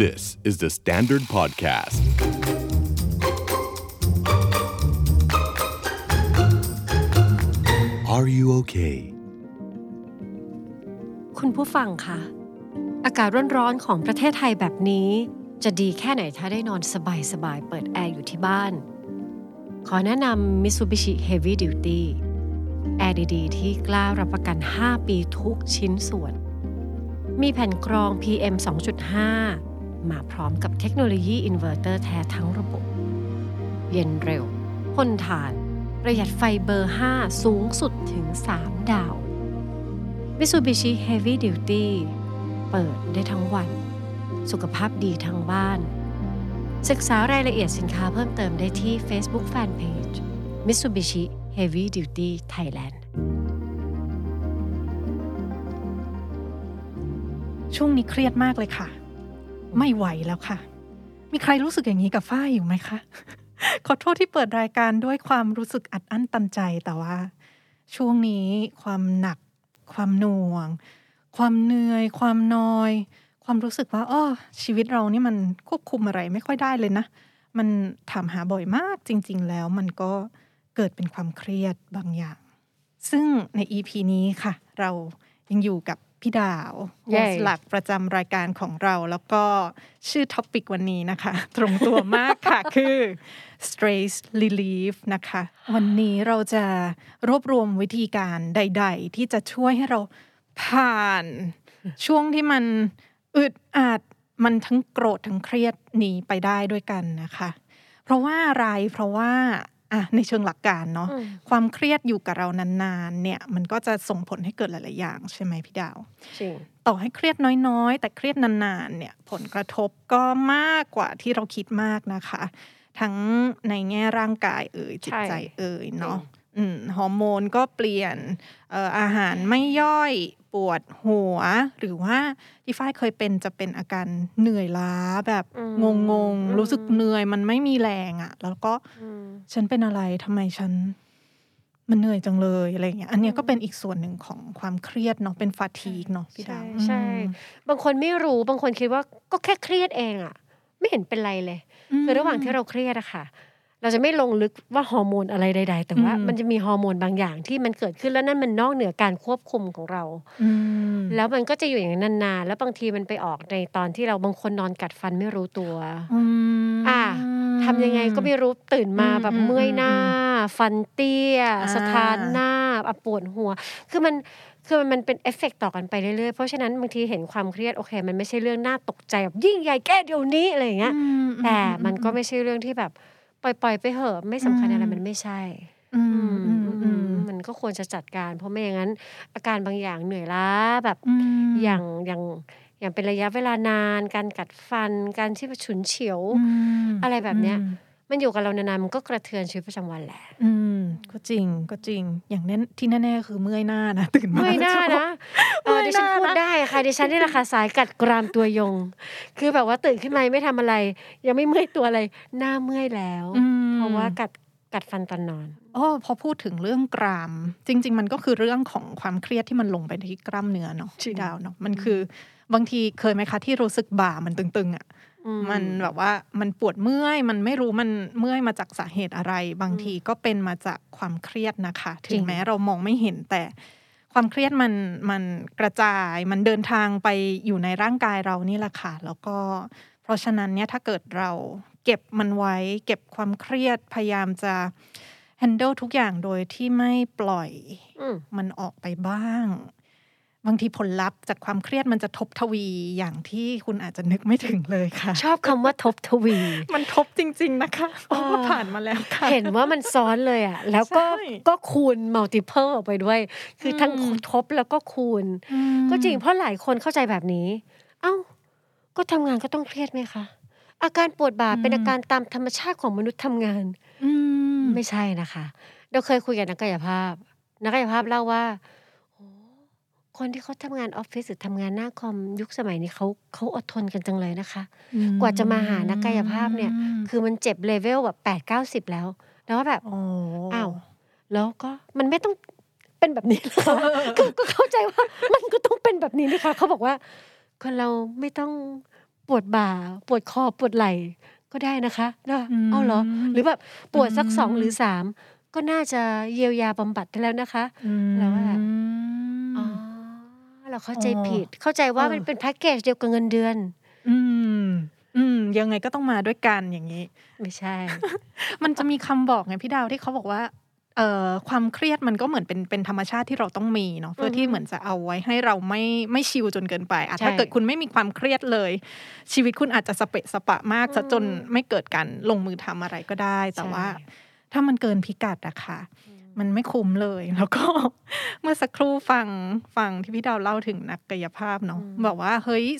This is the Standard Podcast. Are you okay? คุณผู้ฟังคะอากาศร้อนๆของประเทศไทยแบบนี้จะดีแค่ไหนถ้าได้นอนสบายๆเปิดแอร์อยู่ที่บ้านขอแนะนำ Mitsubishi Heavy Duty แอร์ดีๆที่กล้ารับประกัน 5 ปีทุกชิ้นส่วนมีแผ่นกรอง PM 2.5 มาพร้อมกับเทคโนโลยีอินเวอร์เตอร์แท้ทั้งระบบเย็นเร็วทนทานประหยัดไฟเบอร์ 5 สูงสุดถึง 3 ดาว Mitsubishi Heavy Duty เปิดได้ทั้งวันสุขภาพดีทั้งบ้านศึกษารายละเอียดสินค้าเพิ่มเติมได้ที่ Facebook Fanpage Mitsubishi Heavy Duty Thailand ช่วงนี้เครียดมากเลยค่ะไม่ไหวแล้วค่ะมีใครรู้สึกอย่างนี้กับฝ้ายอยู่ไหมคะ ขอโทษที่เปิดรายการด้วยความรู้สึกอัดอั้นตันใจแต่ว่าช่วงนี้ความหนักความหน่วงความเหนื่อยความนอยความรู้สึกว่าชีวิตเรานี่มันควบคุมอะไรไม่ค่อยได้เลยนะมันถามหาบ่อยมากจริงๆแล้วมันก็เกิดเป็นความเครียดบางอย่างซึ่งใน EP นี้ค่ะเรายังอยู่กับพี่ดาวโฮสต์หลักประจำรายการของเราแล้วก็ชื่อท็อปิกวันนี้นะคะตรงตัวมากค่ะ คือ stress relief นะคะวันนี้เราจะรวบรวมวิธีการใดๆที่จะช่วยให้เราผ่านช่วงที่มันอึดอัดมันทั้งโกรธทั้งเครียดหนีไปได้ด้วยกันนะคะเพราะว่าอะไรเพราะว่าในเชิงหลักการเนาะความเครียดอยู่กับเรานานๆเนี่ยมันก็จะส่งผลให้เกิดหลายๆอย่างใช่ไหมพี่ดาวจริงต่อให้เครียดน้อยๆแต่เครียดนานๆเนี่ยผลกระทบก็มากกว่าที่เราคิดมากนะคะทั้งในแง่ร่างกายจิตใจเนาะฮอร์โมนก็เปลี่ยนอาหารไม่ย่อยปวดหัวหรือว่าที่ฝ้ายเคยเป็นจะเป็นอาการเหนื่อยล้าแบบงงๆรู้สึกเหนื่อยมันไม่มีแรงอ่ะแล้วก็ฉันเป็นอะไรทำไมฉันมันเหนื่อยจังเลยอะไรอย่างเงี้ยอันนี้ก็เป็นอีกส่วนหนึ่งของความเครียดเนาะเป็นฟาทีกเนาะพี่ดาวใช่บางคนไม่รู้บางคนคิดว่าก็แค่เครียดเองอ่ะไม่เห็นเป็นไรเลยคือระหว่างที่เราเครียดอะค่ะเราจะไม่ลงลึกว่าฮอร์โมนอะไรใดๆแต่ว่ามันจะมีฮอร์โมนบางอย่างที่มันเกิดขึ้นแล้วนั่นมันนอกเหนือการควบคุมของเราแล้วมันก็จะอยู่อย่างนั้นนานๆแล้วบางทีมันไปออกในตอนที่เราบางคนนอนกัดฟันไม่รู้ตัวทำยังไงก็ไม่รู้ตื่นมาแบบเมื่อยหน้าฟันเตี้ยสะท้านหน้าปวดหัวคือมันเป็นเอฟเฟกต์ต่อกันไปเรื่อยๆเพราะฉะนั้นบางทีเห็นความเครียดโอเคมันไม่ใช่เรื่องน่าตกใจแบบยิ่งใหญ่แก้เดี๋ยวนี้อะไรอย่างเงี้ยแต่มันก็ไม่ใช่เรื่องที่แบบปล่อยไปเหอะไม่สำคัญอะไรมันไม่ใช่มันก็ควรจะจัดการเพราะไม่อย่างนั้นอาการบางอย่างเหนื่อยล้าแบบอย่างเป็นระยะเวลานานการกัดฟันการที่ฉุนเฉียวอะไรแบบเนี้ยมันอยู่กับเรานานๆมันก็กระเทือนชีวิตประจำวันแหละก็จริงอย่างนั้นที่แน่ๆคือเมื่อยหน้านะตื่นมาเมื่อยหน้านะดิฉันพูดได้ค่ะดิฉันนี่แหละค่ะสายกัดกรามตัวยงคือแบบว่าตื่นขึ้นมาไม่ทำอะไรยังไม่เมื่อยตัวอะไรหน้าเมื่อยแล้วเพราะว่ากัดฟันตอนนอนพอพูดถึงเรื่องกรามจริงๆมันก็คือเรื่องของความเครียดที่มันลงไปที่กล้ามเนื้อเนาะพี่ดาวเนาะมันคือบางทีเคยไหมคะที่รู้สึกบ่ามันตึงๆอ่ะมันแบบว่ามันปวดเมื่อยมันไม่รู้มันเมื่อยมาจากสาเหตุอะไรบางทีก็เป็นมาจากความเครียดนะคะถึงแม้เรามองไม่เห็นแต่ความเครียดมันกระจายมันเดินทางไปอยู่ในร่างกายเรานี่แหละค่ะแล้วก็เพราะฉะนั้นเนี่ยถ้าเกิดเราเก็บมันไว้เก็บความเครียดพยายามจะ handle ทุกอย่างโดยที่ไม่ปล่อยมันออกไปบ้างบางทีผลลัพธ์จากความเครียดมันจะทบทวีอย่างที่คุณอาจจะนึกไม่ถึงเลยค่ะชอบคำว่าทบทวีมันทบจริงๆนะคะเพราะว่าผ่านมาแล้วค่ะเห็นว่ามันซ้อนเลยอ่ะแล้วก็คูณ multiple ออกไปด้วยคือทั้งทบแล้วก็คูณก็จริงเพราะหลายคนเข้าใจแบบนี้ก็ทำงานก็ต้องเครียดไหมคะอาการปวดบ่าเป็นอาการตามธรรมชาติของมนุษย์ทำงานไม่ใช่นะคะเราเคยคุยกับนักกายภาพเล่าว่าคนที่เขาทำงานออฟฟิศหรือทำงานหน้าคอมยุคสมัยนี้เขาอดทนกันจังเลยนะคะกว่าจะมาหานักกายภาพเนี่ยคือมันเจ็บเลเวลแบบ8-90แล้วก็แบบแล้วก็มันไม่ต้องเป็นแบบนี้นะคะก็เข้าใจว่ามันก็ต้องเป็นแบบนี้นะคะเขาบอกว่าคนเราไม่ต้องปวดบ่าปวดคอปวดไหล่ก็ได้นะคะเอาเหรอหรือแบบปวดสัก2หรือ3ก็น่าจะเยียวยาบำบัดได้แล้วนะคะแล้วว่าอ๋อเราเข้าใจผิดเข้าใจว่ามันเป็นแพ็กเกจเดียวกับเงินเดือนยังไงก็ต้องมาด้วยกันอย่างนี้ไม่ใช่มันจะมีคำบอกไงพี่ดาวที่เขาบอกว่าความเครียดมันก็เหมือนเป็นธรรมชาติที่เราต้องมีเนาะเพื่อที่เหมือนจะเอาไว้ให้เราไม่ชิลจนเกินไปถ้าเกิดคุณไม่มีความเครียดเลยชีวิตคุณอาจจะสเปะสปะมากซะจนไม่เกิดการลงมือทำอะไรก็ได้แต่ว่าถ้ามันเกินพิกัดอะค่ะมันไม่คุ้มเลยแล้วก็เมื่อสักครู่ฟังที่พี่ดาวเล่าถึงนักกายภาพเนาะบอกว่าเฮ้ย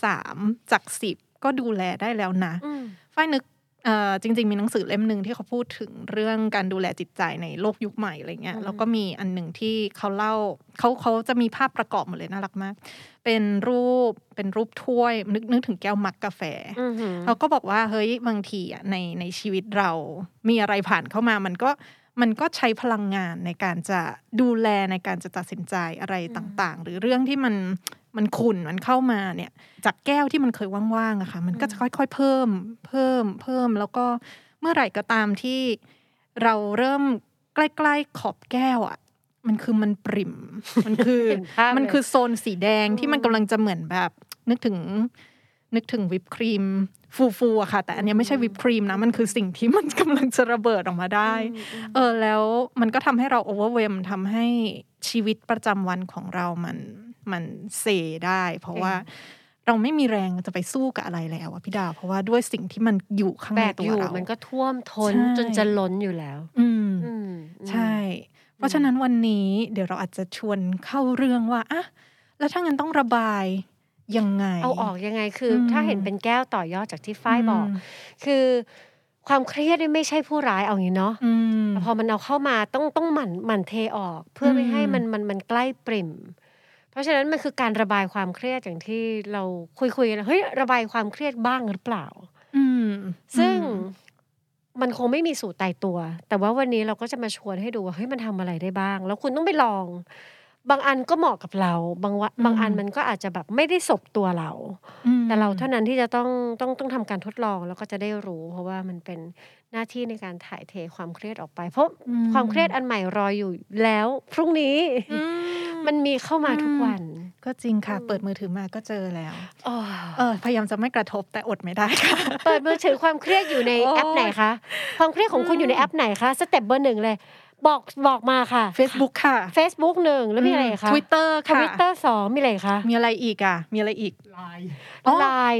2-3 จาก 10ก็ดูแลได้แล้วนะฝ้ายนึกจริงๆมีหนังสือเล่มนึงที่เขาพูดถึงเรื่องการดูแลจิตใจในโลกยุคใหม่อะไรเงี้ยแล้วก็มีอันหนึ่งที่เขาเล่าเขาจะมีภาพประกอบหมดเลยน่ารักมากเป็นรูปถ้วยนึกถึงแก้วมักกาแฟเขาก็บอกว่าเฮ้ยบางทีอ่ะในชีวิตเรามีอะไรผ่านเข้ามามันก็ใช้พลังงานในการจะดูแลในการจะตัดสินใจอะไรต่างๆหรือเรื่องที่มันขุ่นมันเข้ามาเนี่ยจากแก้วที่มันเคยว่างๆอะค่ะมันก็จะค่อยๆเพิ่มแล้วก็เมื่อไหร่ก็ตามที่เราเริ่มใกล้ๆขอบแก้วอะมันปริ่มมันคือโซนสีแดงที่มันกำลังจะเหมือนแบบนึกถึงวิปครีมฟูๆอะค่ะแต่อันนี้ไม่ใช่วิปครีมนะมันคือสิ่งที่มันกำลังจะระเบิดออกมาได้แล้วมันก็ทำให้เราโอเวอร์เวมทำให้ชีวิตประจำวันของเรามันเซได้เพราะว่าเราไม่มีแรงจะไปสู้กับอะไรแล้วอะพี่ดาวเพราะว่าด้วยสิ่งที่มันอยู่ข้างในตัวเรามันก็ท่วมท้นจนจะล้นอยู่แล้วใช่เพราะฉะนั้นวันนี้เดี๋ยวเราอาจจะชวนเข้าเรื่องว่าอะแล้วถ้างั้นต้องระบายยังไงเอาออกยังไงคือถ้าเห็นเป็นแก้วต่อยอดจากที่ฝ้ายบอกคือความเครียดไม่ใช่ผู้ร้ายเอาอย่างนี้เนาะแต่พอมันเอาเข้ามาต้องหมั่นเทออกเพื่อไม่ให้มันใกล้ปริ่มเพราะฉะนั้นมันคือการระบายความเครียดอย่างที่เราคุยกันเฮ้ยระบายความเครียดบ้างหรือเปล่าซึ่งมันคงไม่มีสูตรตายตัวแต่ว่าวันนี้เราก็จะมาชวนให้ดูว่าเฮ้ยมันทำอะไรได้บ้างแล้วคุณต้องไปลองบางอันก็เหมาะกับเราบางอันมันก็อาจจะแบบไม่ได้สบตัวเราแต่เราเท่านั้นที่จะต้องทำการทดลองแล้วก็จะได้รู้เพราะว่ามันเป็นหน้าที่ในการถ่ายเทความเครียดออกไปเพราะความเครียดอันใหม่รออยู่แล้วพรุ่งนี้มันมีเข้ามาทุกวันก็จริงค่ะเปิดมือถือมาก็เจอแล้วพยายามจะไม่กระทบแต่อดไม่ได้ค่ะเปิดมือถือความเครียดอยู่ในแอปไหนคะความเครียดของคุณอยู่ในแอปไหนคะสเต็ปเบอร์ 1เลยบอกมาค่ะ Facebook ค่ะ Facebook 1แล้วมีอะไรคะ Twitter ค่ะ Twitter 2มีอะไรคะมีอะไรอีกอ่ะมีอะไรอีก Line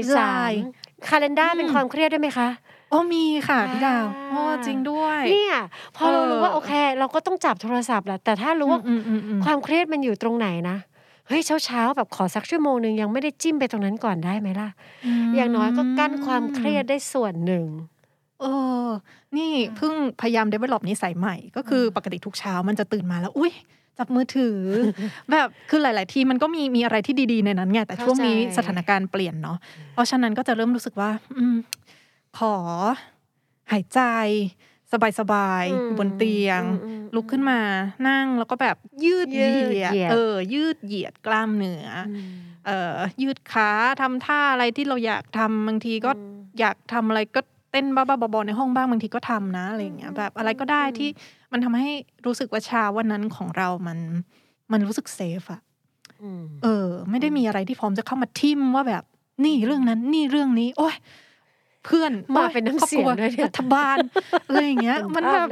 3 Calendar เป็นความเครียดได้ไหมคะมีค่ะพี่ดาวจริงด้วยเนี่ยพอเรารู้ว่าโอเคเราก็ต้องจับโทรศัพท์แหละแต่ถ้ารู้ว่าความเครียดมันอยู่ตรงไหนนะเฮ้ยเช้าแบบขอสักชั่วโมงนึงยังไม่ได้จิ้มไปตรงนั้นก่อนได้ไหมล่ะอย่างน้อยก็กั้นความเครียดได้ส่วนหนึ่งนี่เพิ่งพยายาม develop นิสัยใหม่ก็คือปกติทุกเช้ามันจะตื่นมาแล้วอุ๊ยจับมือถือ แบบคือหลายๆทีมันก็มีอะไรที่ดีๆในนั้นไงแต่ช่วงนี้สถานการณ์เปลี่ยนเนาะเพราะฉะนั้นก็จะเริ่มรู้สึกว่าขอหายใจสบายๆบนเตียงลุกขึ้นมานั่งแล้วก็แบบยืดเหยียดยืดเหยียดกล้ามเนื้อยืดขาทำท่าอะไรที่เราอยากทำบางทีก็อยากทำอะไรก็เต้นบ้าๆบอๆในห้องบ้างบางทีก็ทำนะอะไรอย่างเงี้ยแบบอะไรก็ได้ที่มันทำให้รู้สึกว่าเช้าวันนั้นของเรามันรู้สึกเซฟอะไม่ได้มีอะไรที่พร้อมจะเข้ามาทิ่มว่าแบบนี่เรื่องนั้นนี่เรื่องนี้โอ๊ยเพื่อนมาเป็นน้ำเสียงด้วยรัฐบาลอะไรอย่างเงี้ยมันแบบ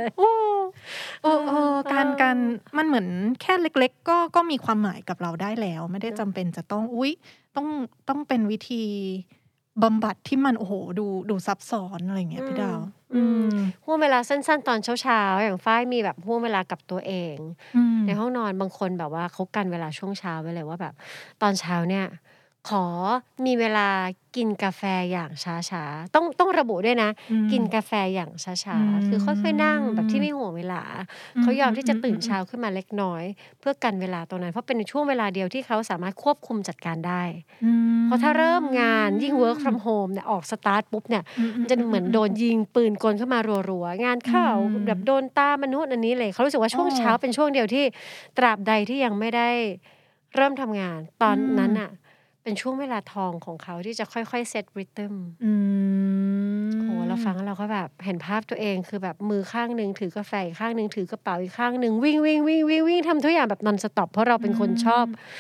การมันเหมือนแค่เล็กๆก็มีความหมายกับเราได้แล้วไม่ได้จำเป็นจะต้องต้องเป็นวิธีบำบัดที่มันโอ้โหดูซับซ้อนอะไรอย่างเงี้ยพี่ดาวห่วงเวลาสั้นๆตอนเช้าๆอย่างฝ้ายมีแบบห่วงเวลากับตัวเองในห้องนอนบางคนแบบว่าเขากันเวลาช่วงเช้าไว้เลยว่าแบบตอนเช้าเนี่ยขอมีเวลากินกาแฟอย่างช้าๆต้องระบุด้วยนะกินกาแฟอย่างช้าๆคือค่อยๆนั่งแบบที่ไม่ห่วงเวลาเขายอมที่จะตื่นเช้าขึ้นมาเล็กน้อยเพื่อกันเวลาตรงนั้นเพราะเป็นช่วงเวลาเดียวที่เขาสามารถควบคุมจัดการได้เพราะถ้าเริ่มงานยิ่ง work from home เนี่ยออกสตาร์ทปุ๊บเนี่ยมันจะเหมือนโดนยิงปืนกลเข้ามารัวๆงานเข้าแบบโดนตามนุษย์อันนี้เลยเขารู้สึกว่าช่วงเช้าเป็นช่วงเดียวที่ตราบใดที่ยังไม่ได้เริ่มทำงานตอนนั้นน่ะเป็นช่วงเวลาทองของเขาที่จะค่อยๆเซตริทึมโหเราฟังแล้วเราก็แบบเห็นภาพตัวเองคือแบบมือข้างนึงถือกาแฟอีกข้างนึงถือกระเป๋าอีกข้างนึงวิ่งทำทุกอย่างแบบนอนสต็อปเพราะเราเป็นคนชอบ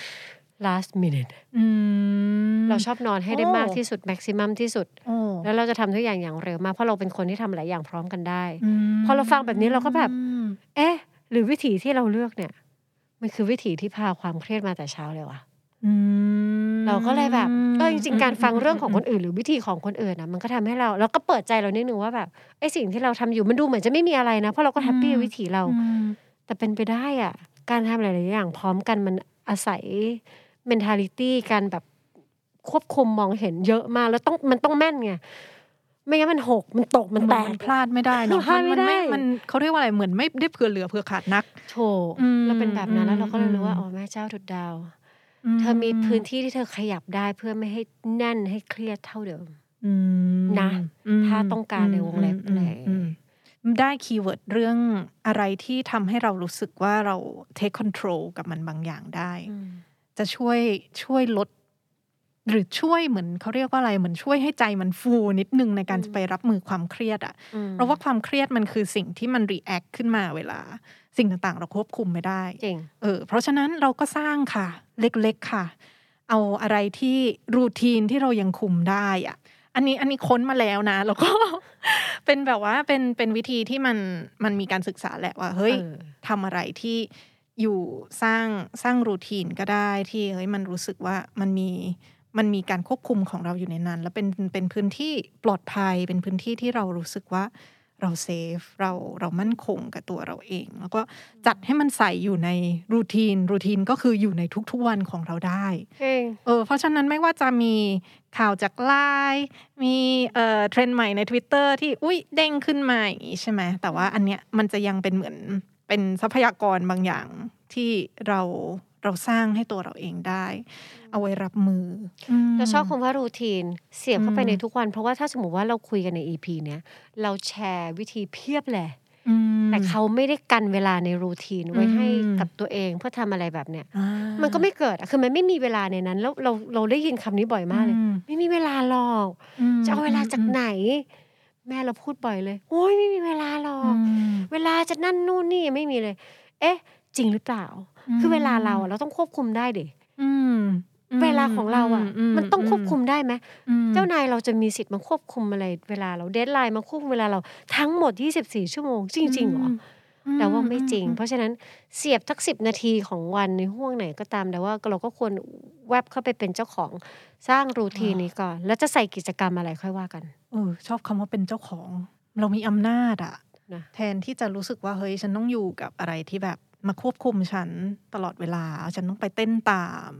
last minute เราชอบนอนให้ได้มากที่สุดแม็กซิมัมที่สุดแล้วเราจะทำทุกอย่างอย่างเร็วมากเพราะเราเป็นคนที่ทำหลายอย่างพร้อมกันได้พอเราฟังแบบนี้เราก็แบบหรือวิถีที่เราเลือกเนี่ยมันคือวิถีที่พาความเครียดมาแต่เช้าเลยวะเราก็เลยแบบจริงๆการฟังเรื่องของคนอื่นหรือวิธีของคนอื่นนะมันก็ทำให้เราแล้วก็เปิดใจเรานิดนึงว่าแบบไอ้สิ่งที่เราทำอยู่มันดูเหมือนจะไม่มีอะไรนะเพราะเราก็แฮปปี้กับวิถีเราแต่เป็นไปได้อ่ะการทำหลายๆอย่างพร้อมกันมันอาศัยmentality การแบบควบคุมมองเห็นเยอะมากแล้วมันต้องแม่นไงไม่งั้นมันหกมันตกมันแตกมันพลาดไม่ได้เนาะมันเขาเรียกว่าอะไรเหมือนไม่ได้เผื่อเหลือเผื่อขาดนักโถเราเป็นแบบนั้นแล้วเราก็เลยรู้ว่าอ๋อแม่เจ้าดุจดาวเธอมีพื้นที่ที่เธอขยับได้เพื่อไม่ให้แน่นให้เครียดเท่าเดิมนะถ้าต้องการในวงเล็บอะไรได้คีย์เวิร์ดเรื่องอะไรที่ทำให้เรารู้สึกว่าเรา take control กับมันบางอย่างได้จะช่วยลดหรือช่วยเหมือนเขาเรียกว่าอะไรเหมือนช่วยให้ใจมันฟูนิดนึงในการจะไปรับมือความเครียดอ่ะเพราะว่าความเครียดมันคือสิ่งที่มัน react ขึ้นมาเวลาสิ่งต่างๆเราควบคุมไม่ได้จริงเพราะฉะนั้นเราก็สร้างค่ะเล็กๆค่ะเอาอะไรที่รูทีนที่เรายังคุมได้อ่ะอันนี้ค้นมาแล้วนะแล้วก็ เป็นแบบว่าเป็นวิธีที่มันมีการศึกษาแหละว่าเฮ้ยทำอะไรที่อยู่สร้างรูทีนก็ได้ที่เฮ้ยมันรู้สึกว่ามันมีการควบคุมของเราอยู่ในนั้นแล้วเป็นพื้นที่ปลอดภัยเป็นพื้นที่ที่เรารู้สึกว่าเราเซฟเรามั่นคงกับตัวเราเองแล้วก็จัดให้มันใส่อยู่ในรูทีนก็คืออยู่ในทุกๆวันของเราได้เพราะฉะนั้นไม่ว่าจะมีข่าวจากไลน์มีเทรนด์ใหม่ใน Twitter ที่เด้งขึ้นมาอย่างนี้ใช่ไหมแต่ว่าอันเนี้ยมันจะยังเป็นเหมือนเป็นทรัพยากรบางอย่างที่เราสร้างให้ตัวเราเองได้เอาไว้รับมือเราชอบคำว่ารูทีนเสียบเข้าไปในทุกวันเพราะว่าถ้าสมมติว่าเราคุยกันใน EP เนี้ยเราแชร์วิธีเพียบเลยแต่เขาไม่ได้กันเวลาในรูทีนไว้ให้กับตัวเองเพื่อทำอะไรแบบเนี้ยมันก็ไม่เกิดคือมันไม่มีเวลาในนั้นแล้วเราได้ยินคำนี้บ่อยมากเลยไม่มีเวลาหรอกจะเอาเวลาจากไหนแม่เราพูดบ่อยเลยโอ้ยไม่มีเวลาหรอกเวลาจะนั่นนู่นนี่ไม่มีเลยจริงหรือเปล่าคือเวลาเราต้องควบคุมได้ดิเวลาของเราอ่ะมันต้องควบคุมได้ไหมเจ้านายเราจะมีสิทธิ์มาควบคุมอะไรเวลาเราเดดไลน์มาควบคุมเวลาเราทั้งหมด24ชั่วโมงจริงๆหรอแต่ว่าไม่จริงเพราะฉะนั้นเสียบทัก10นาทีของวันในห่วงไหนก็ตามแต่ว่าเราก็ควรแวบเข้าไปเป็นเจ้าของสร้างรูทีนนี้ก่อนแล้วจะใส่กิจกรรมอะไรค่อยว่ากันชอบคำว่าเป็นเจ้าของเรามีอำนาจอ่ะแทนที่จะรู้สึกว่าเฮ้ยฉันต้องอยู่กับอะไรที่แบบมาควบคุมฉันตลอดเวลาฉันต้องไปเต้นตาม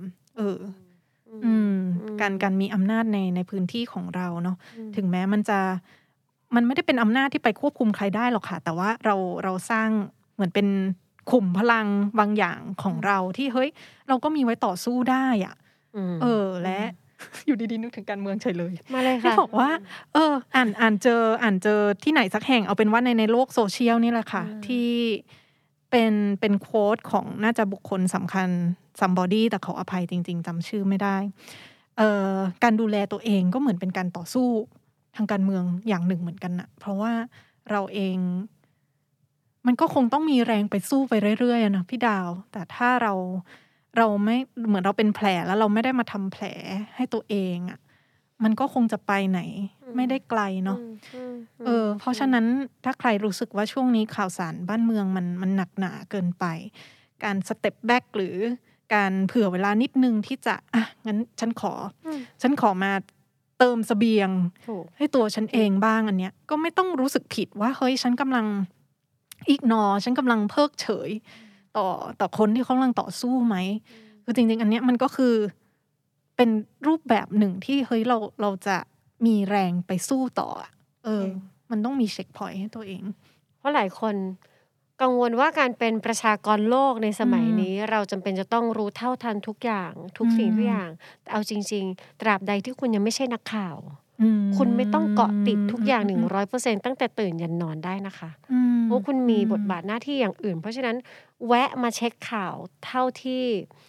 การมีอำนาจในพื้นที่ของเราเนาะถึงแม้มันไม่ได้เป็นอำนาจที่ไปควบคุมใครได้หรอกค่ะแต่ว่าเราสร้างเหมือนเป็นขุมพลังบางอย่างของเราที่เฮ้ยเราก็มีไว้ต่อสู้ได้อ่ะและอยู่ดีๆนึกถึงการเมืองเฉยเลยมาเลยค่ะที่บอกว่าอ่านเจอที่ไหนสักแห่งเอาเป็นว่าในโลกโซเชียลนี่แหละค่ะที่เป็นโค้ดของน่าจะบุคคลสำคัญ somebody แต่ขออภัยจริงๆจำชื่อไม่ได้การดูแลตัวเองก็เหมือนเป็นการต่อสู้ทางการเมืองอย่างหนึ่งเหมือนกันนะเพราะว่าเราเองมันก็คงต้องมีแรงไปสู้ไปเรื่อยๆนะพี่ดาวแต่ถ้าเราไม่เหมือนเราเป็นแผลแล้วเราไม่ได้มาทำแผลให้ตัวเองอ่ะมันก็คงจะไปไหนไม่ได้ไกลเนาะเพราะฉะนั้นถ้าใครรู้สึกว่าช่วงนี้ข่าวสารบ้านเมืองมันหนักหนาเกินไปการสเต็ปแบ็กหรือการเผื่อเวลานิดนึงที่จะงั้นฉันขอมาเติมเสบียงให้ตัวฉันเองบ้างอันเนี้ยก็ไม่ต้องรู้สึกผิดว่าเฮ้ยฉันกำลังอิกนอฉันกำลังเพิกเฉยต่อคนที่เขากำลังต่อสู้ไหมคือจริงๆอันเนี้ยมันก็คือเป็นรูปแบบหนึ่งที่เฮ้ยเราจะมีแรงไปสู้ต่อมันต้องมีเช็คพอยต์ให้ตัวเองเพราะหลายคนกังวลว่าการเป็นประชากรโลกในสมัยนี้เราจำเป็นจะต้องรู้เท่าทันทุกอย่างทุกสิ่งทุกอย่างแต่เอาจริงๆตราบใดที่คุณยังไม่ใช่นักข่าวคุณไม่ต้องเกาะติดทุกอย่าง 100% ตั้งแต่ตื่นยันนอนได้นะคะเพราะคุณมีบทบาทหน้าที่อย่างอื่นเพราะฉะนั้นแวะมาเช็คข่าวเท่าที่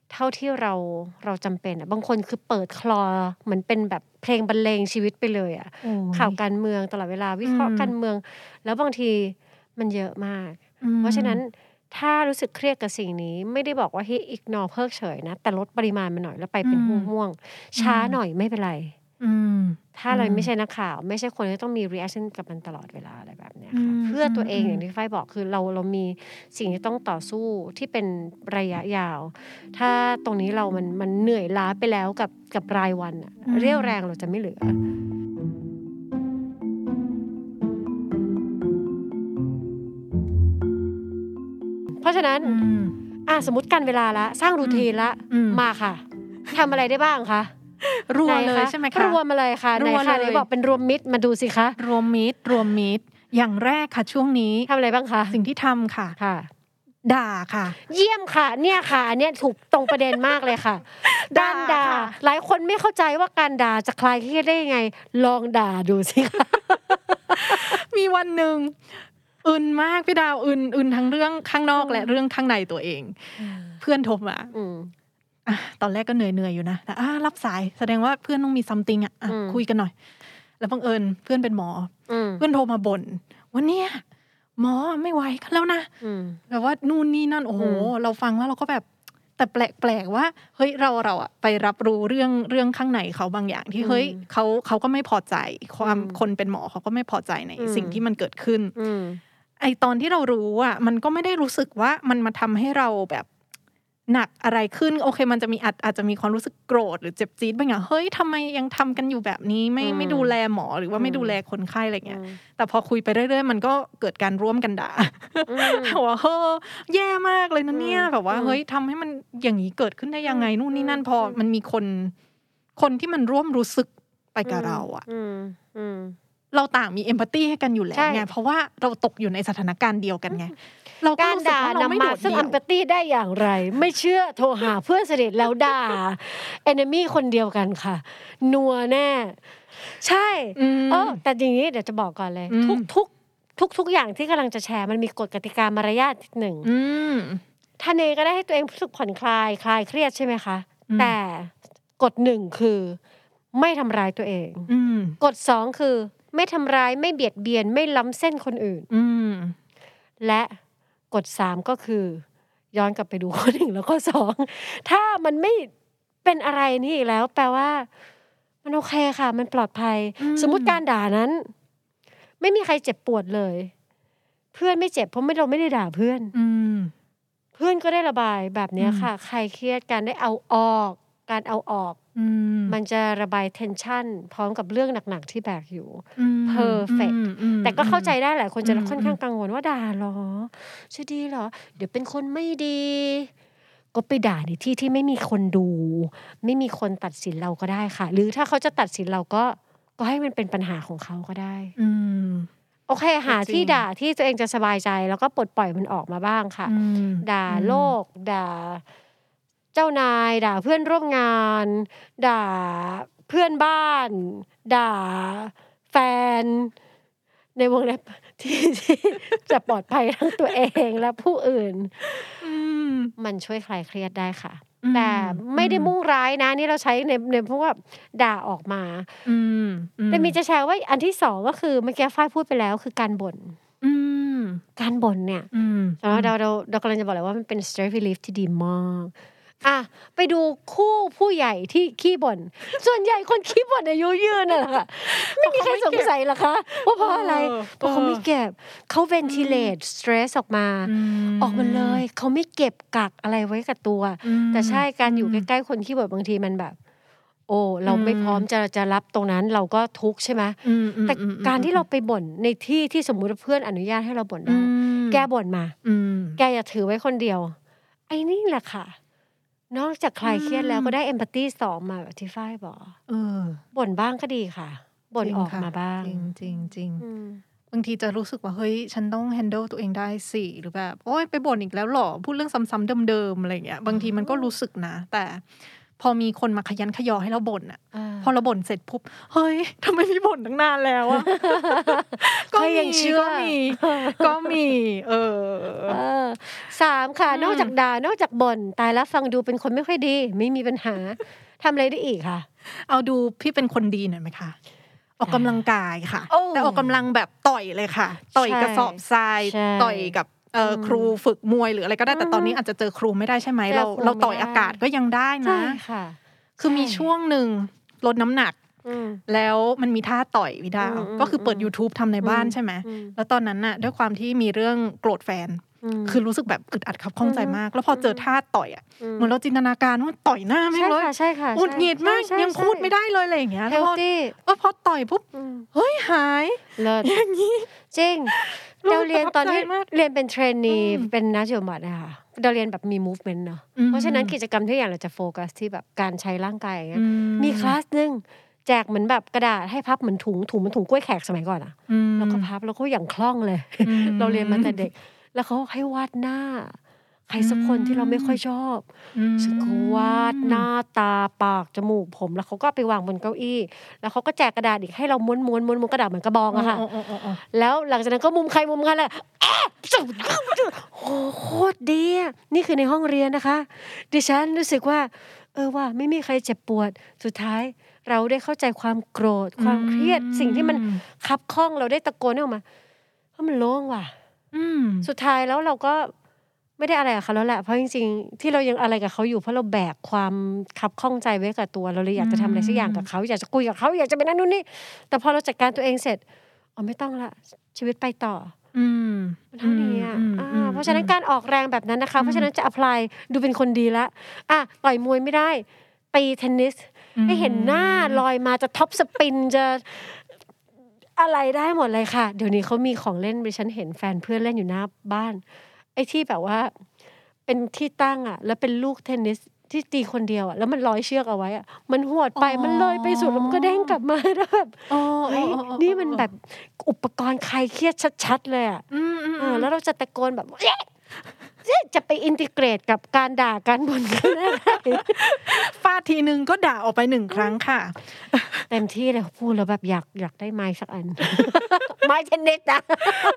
เท่าที่เราจำเป็นบางคนคือเปิดคลอเหมือนเป็นแบบเพลงบรรเลงชีวิตไปเลยข่าวการเมืองตลอดเวลาวิเคราะห์การเมืองแล้วบางทีมันเยอะมากเพราะฉะนั้นถ้ารู้สึกเครียดกับสิ่งนี้ไม่ได้บอกว่าให้ ignore เพิกเฉยนะแต่ลดปริมาณมันหน่อยแล้วไปเป็นห่วงๆช้าหน่อยไม่เป็นไรถ้าเราไม่ใช่นักข่าวไม่ใช่คนที่ต้องมี reaction กับมันตลอดเวลาอะไรแบบนี้ค่ะเพื่อตัวเองอย่างที่ฝ้ายบอกคือเรามีสิ่งที่ต้องต่อสู้ที่เป็นระยะยาวถ้าตรงนี้มันเหนื่อยล้าไปแล้วกับรายวันเรี่ยวแรงเราจะไม่เหลือเพราะฉะนั้นสมมติกันเวลาละสร้างรูทีนละมาค่ะทำอะไรได้บ้างคะรวมเลยใช่ไหมคะรวมมาเลยค่ะไหนคะไหนบอกเป็นรวมมิตรมาดูสิคะรวมมิตรอย่างแรกค่ะช่วงนี้ทำอะไรบ้างคะสิ่งที่ทำค่ะด่าค่ะเยี่ยมค่ะเนี่ยค่ะอันนี้ถูกตรงประเด็นมากเลยค่ะการด่าหลายคนไม่เข้าใจว่าการด่าจะคลายเครียดได้ยังไงลองด่าดูสิคะมีวันนึงอึนมากพี่ดาวอึนทั้งเรื่องข้างนอกและเรื่องข้างในตัวเองเพื่อนโทรมาตอนแรกก็เหนื่อยอยู่นะแต่รับสายแสดงว่าเพื่อนต้องมี something คุยกันหน่อยแล้วบังเอิญเพื่อนเป็นหมอเพื่อนโทรมาบ่นว่าเนี่ยหมอไม่ไหวกันแล้วนะแบบว่านู่นนี่นั่นโอ้โหเราฟังแล้วเราก็แบบแต่แปลกว่าเฮ้ยเราไปรับรู้เรื่องข้างในเขาบางอย่างที่เฮ้ยเขาก็ไม่พอใจความคนเป็นหมอเขาก็ไม่พอใจในสิ่งที่มันเกิดขึ้นไอตอนที่เรารู้มันก็ไม่ได้รู้สึกว่ามันมาทำให้เราแบบหนักอะไรขึ้นโอเคมันจะมีอาจจะมีความรู้สึกโกรธหรือเจ็บจี๊ดบางอย่างเฮ้ยทำไมยังทำกันอยู่แบบนี้ไม่ดูแลหมอหรือว่าไม่ดูแลคนไข้อะไรเงี้ยแต่พอคุยไปเรื่อยๆมันก็เกิดการร่วมกันด่าว่าเฮ้ยแย่มากเลยนะเนี่ยแบบว่าเฮ้ยทำให้มันอย่างนี้เกิดขึ้นได้ยังไงนู่นนี่นั่นพอมันมีคนที่มันร่วมรู้สึกไปกับเราเราต่างมีเอมพัตตีให้กันอยู่แล้วไงเพราะว่าเราตกอยู่ในสถานการณ์เดียวกันไงการด่านำมาซึ่ง empathy ได้อย่างไรไม่เชื่อโทรหาเพื่อนสนิทแล้วด่า enemy คนเดียวกันค่ะนัวแน่ใช่แต่อย่างนี้เดี๋ยวจะบอกก่อนเลยทุกอย่างที่กำลังจะแชร์มันมีกฎกติกามารยาทหนึ่งท่านเองก็ได้ให้ตัวเองรู้สึกผ่อนคลายเครียดใช่ไหมคะแต่กฎหนึ่งคือไม่ทำร้ายตัวเองกฎสองคือไม่ทำร้ายไม่เบียดเบียนไม่ล้ำเส้นคนอื่นและกฎ3ก็คือย้อนกลับไปดูข้อ1แล้วข้อ2ถ้ามันไม่เป็นอะไรนี่อีกแล้วแปลว่ามันโอเคค่ะมันปลอดภัยสมมุติการด่านั้นไม่มีใครเจ็บปวดเลยเพื่อนไม่เจ็บเพราะเราไม่ได้ด่าเพื่อนเพื่อนก็ได้ระบายแบบนี้ค่ะใครเครียดการได้เอาออกการเอาออกมันจะระบายเทนชันพร้อมกับเรื่องหนักๆที่แบกอยู่เพอร์เฟคแต่ก็เข้าใจได้หลายคนจะค่อนข้างกังวลว่าด่าหรอจะดีหรอเดี๋ยวเป็นคนไม่ดีก็ไปด่าในที่ที่ไม่มีคนดูไม่มีคนตัดสินเราก็ได้ค่ะหรือถ้าเขาจะตัดสินเราก็ให้มันเป็นปัญหาของเขาก็ได้โอเคหาที่ด่าที่ตัวเองจะสบายใจแล้วก็ปลดปล่อยมันออกมาบ้างค่ะด่าโลกด่าเจ้านายด่าเพื่อนร่วมงานด่าเพื่อนบ้านด่าแฟนในวงเล็บที่จะปลอดภัยทั้งตัวเองและผู้อื่นมันช่วยคลายเครียดได้ค่ะแต่ไม่ได้มุ่งร้ายนะนี่เราใช้ในพวกแบบด่าออกมาแต่มีจะแชร์ว่าอันที่2ก็คือเมื่อกี้ฝ้ายพูดไปแล้วคือการบ่นการบ่นเนี่ยเรากำลังจะบอกเลยว่ามันเป็น stress relief ที่ดีมากไปดูคู่ผู้ใหญ่ที่ขี้บ่นส่วนใหญ่คนขี้บ่นอายุยืนน่ะล่ะไม่มีใครสงสัยหรอคะว่าเพราะอะไรเพราะเขาไม่เก็บเขา ventilate stress ออกมาเลยเขาไม่เก็บกักอะไรไว้กับตัวแต่ใช่การอยู่ใกล้ๆคนขี้บ่นบางทีมันแบบโอ้เราไม่พร้อมจะรับตรงนั้นเราก็ทุกข์ใช่ไหมแต่การที่เราไปบ่นในที่ที่สมมุติเพื่อนอนุญาตให้เราบ่นได้แกบ่นมาแกอย่าถือไว้คนเดียวไอ้นี่แหละค่ะนอกจากคลายเครียดแล้วก็ได้เอมพัตตี2มาแบบที่ฝ้ายบอกบ่นบ้างก็ดีค่ะบ่นออกมาบ้างจริงบางทีจะรู้สึกว่าเฮ้ยฉันต้อง handle ตัวเองได้สิหรือแบบโอ๊ยไปบ่นอีกแล้วหรอพูดเรื่องซ้ำๆเดิมๆอะไรเงี้ยบางทีมันก็รู้สึกนะแต่พอมีคนมาขยันขยอให้เราบ่นอ่ะพอเราบ่นเสร็จปุ๊บเฮ้ยทำไมไม่บ่นตั้งนานแล้วอ่ะก็ยังเชื่อก็มี 3ค่ะนอกจากด่านอกจากบ่นตายแล้วฟังดูเป็นคนไม่ค่อยดีไม่มีปัญหาทำอะไรได้อีกค่ะเอาดูพี่เป็นคนดีหน่อยไหมคะออกกำลังกายค่ะแต่ออกกำลังแบบต่อยเลยค่ะต่อยกระสอบทรายต่อยกับครูฝึกมวยหรืออะไรก็ได้แต่ตอนนี้อาจจะเจอครูไม่ได้ใช่ไหมเราต่อยอากาศก็ยังได้นะคือมีช่วงหนึ่งลดน้ำหนักแล้วมันมีท่าต่อยวิดาก็คือเปิด YouTube ทำในบ้านใช่ไหมแล้วตอนนั้นน่ะด้วยความที่มีเรื่องโกรธแฟนคือรู้สึกแบบอึดอัดครับข้องใจมากแล้วพอเจอท่าต่อยอ่ะเหมือนเราจินตนาการว่าต่อยหน้าไม่เลยใช่ค่ะหงุดหงิดมากยังพูดไม่ได้เลยอะไรอย่างเงี้ยแล้วพอต่อยปุ๊บเฮ้ยหายอย่างนี้จริงเราเรียนตอนที่เรียนเป็นเทรนนีเป็นนักจิตบำบัดนะคะเราเรียนแบบมี movement เนาะเพราะฉะนั้นกิจกรรมทุกอย่างเราจะโฟกัสที่แบบการใช้ร่างกายอย่างเงี้ยมีคลาสนึงแจกเหมือนแบบกระดาษให้พับเหมือนถุงเหมือนถุงกล้วยแขกสมัยก่อนอ่ะแล้วก็พับแล้วก็อย่างคล่องเลยเราเรียนมาแต่เด็กแล้วเขาให้วาดหน้าใครสักคนที่เราไม่ค่อยชอบฉันก็วาดหน้าตาปากจมูกผมแล้วเขาก็ไปวางบนเก้าอี้แล้วเขาก็แจกกระดาษอีกให้เราม้วนกระดาษเหมือนกระบองอะค่ะแล้วหลังจากนั้นก็มุมใครมุมมันแหละโอ้โคตรดีนี่คือในห้องเรียนนะคะดิฉันรู้สึกว่าว่าไม่มีใครเจ็บปวดสุดท้ายเราได้เข้าใจความโกรธความเครียดสิ่งที่มันคับข้องเราได้ตะโกนออกมาเพราะมันโล่งว่ะสุดท้ายแล้วเราก็ไม่ได้อะไรกับเขาแล้วแหละเพราะจริงๆที่เรายังอะไรกับเขาอยู่เพราะเราแบกความคับข้องใจไว้กับตัวเราเลยอยากจะทำอะไรสักอย่างกับเขาอยากจะคุยกับเขาอยากจะเป็นนั่นนู่นนี่แต่พอเราจัดการตัวเองเสร็จไม่ต้องละชีวิตไปต่อเท่านี้เพราะฉะนั้นการออกแรงแบบนั้นนะคะเพราะฉะนั้นจะอพพลายดูเป็นคนดีละต่อยมวยไม่ได้ตีเทนนิสให้เห็นหน้าลอยมาจะท็อปสปินจะอะไรได้หมดเลยค่ะเดี๋ยวนี้เขามีของเล่นดิฉันเห็นแฟนเพื่อนเล่นอยู่หน้าบ้านไอ้ที่แบบว่าเป็นที่ตั้งแล้วเป็นลูกเทนนิสที่ตีคนเดียวแล้วมันร้อยเชือกเอาไว้มันหวดไปมันเลยไปสุดแล้วมันก็เด้งกลับมาแล้วแบบนี่มันแบบอุปกรณ์คลายเครียดชัดๆเลยแล้วเราจะตะโกนแบบจะไปอินทิเกรตกับการด่ากันบ่นกันได้ฟาดทีนึงก็ด่าออกไป1ครั้งค่ะเต็มที่เลยพูดแล้วแบบอยากได้ไม้สักอันไม้เทนนิสนะ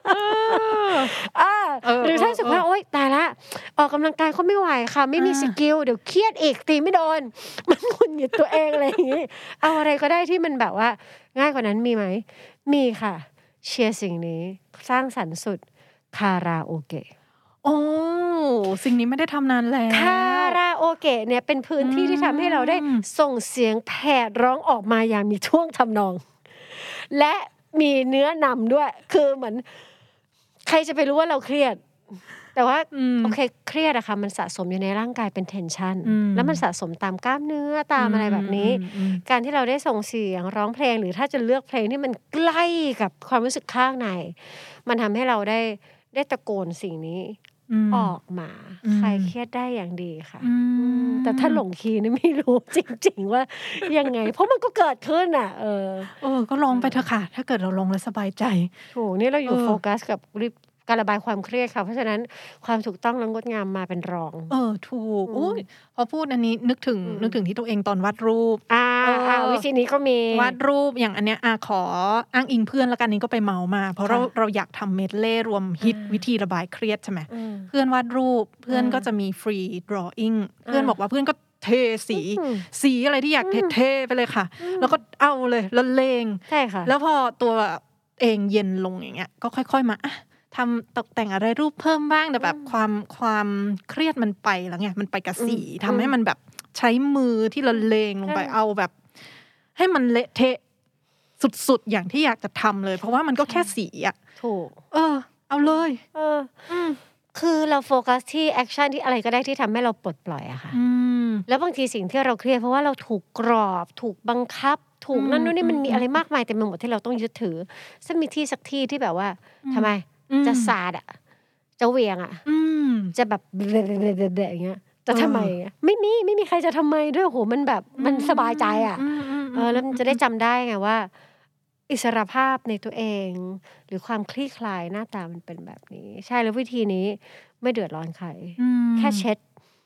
หรือถ้าสึกว่าโอ๊ยตายละออกกำลังกายเขาไม่ไหวค่ะไม่มีสกิลเดี๋ยวเครียดอีกตีไม่โดนมันหงุดหงิดตัวเองอะไรอย่างงี้เอาอะไรก็ได้ที่มันแบบว่าง่ายกว่านั้นมีไหมมีค่ะเชียร์สิ่งนี้สร้างสรรค์สุดคาราโอเกะโอ้สิ่งนี้ไม่ได้ทำนานแล้วคาราโอเกะเนี่ยเป็นพื้นที่ที่ทำให้เราได้ส่งเสียงแผดร้องออกมาอย่างมีท่วงทำนองและมีเนื้อนำด้วยคือเหมือนใครจะไปรู้ว่าเราเครียดแต่ว่าโอเคเครียดอะค่ะมันสะสมอยู่ในร่างกายเป็นเทนชันแล้วมันสะสมตามกล้ามเนื้อตามอะไรแบบนี้การที่เราได้ส่งเสียงร้องเพลงหรือถ้าจะเลือกเพลงที่มันใกล้กับความรู้สึกข้างในมันทำให้เราได้ตะโกนสิ่งนี้ออกมาใครเครียดได้อย่างดีค่ะแต่ถ้าหลงคีย์นี่ไม่รู้จริงๆว่ายังไงเพราะมันก็เกิดขึ้นก็ลองไปเถอะค่ะถ้าเกิดเราลองแล้วสบายใจถูกนี่เราอยู่โฟกัสกับการระบายความเครียดค่ะเพราะฉะนั้นความถูกต้องและงดงามมาเป็นรองถูกพอพูดอันนี้นึกถึงที่ตัวเองตอนวาดรูปวิธีนี้ก็มีวาดรูปอย่างอันเนี้ยขออ้างอิงเพื่อนละกันนี้ก็ไปเมามาเพราะเราอยากทำเมดเล่รวมฮิตวิธีระบายเครียดใช่ไหมเพื่อนวาดรูปเพื่อนก็จะมีฟรีดรออิ่งเพื่อนบอกว่าเพื่อนก็เทสีอะไรที่อยากเทไปเลยค่ะแล้วก็เอาเลยละเลงใช่ค่ะแล้วพอตัวเองเย็นลงอย่างเงี้ยก็ค่อยๆมาทำตกแต่งอะไรรูปเพิ่มบ้างแต่แบบความเครียดมันไปแล้วไงมันไปกับสีทำให้มันแบบใช้มือที่ละเลงลงไปเอาแบบให้มันเละเทะสุดๆอย่างที่อยากจะทำเลยเพราะว่ามันก็แค่สีถูกเอาเลยคือเราโฟกัสที่แอคชั่นที่อะไรก็ได้ที่ทำให้เราปลดปล่อยอะค่ะแล้วบางทีสิ่งที่เราเครียดเพราะว่าเราถูกกรอบถูกบังคับถูกนั่นนู่นนี่มันมีอะไรมากมายเต็มไปหมดที่เราต้องยึดถือซึ่งมีที่สักที่ที่แบบว่าทำไมจะสาดจะเหวี่ยงจะแบบอย่างเงี้ยจะทำไมไม่มีใครจะทำไมด้วยโหมันแบบมันสบายใจแล้วมันจะได้จำได้ไงว่าอิสรภาพในตัวเองหรือความคลี่คลายหน้าตามันเป็นแบบนี้ใช่แล้ววิธีนี้ไม่เดือดร้อนใครแค่เช็ด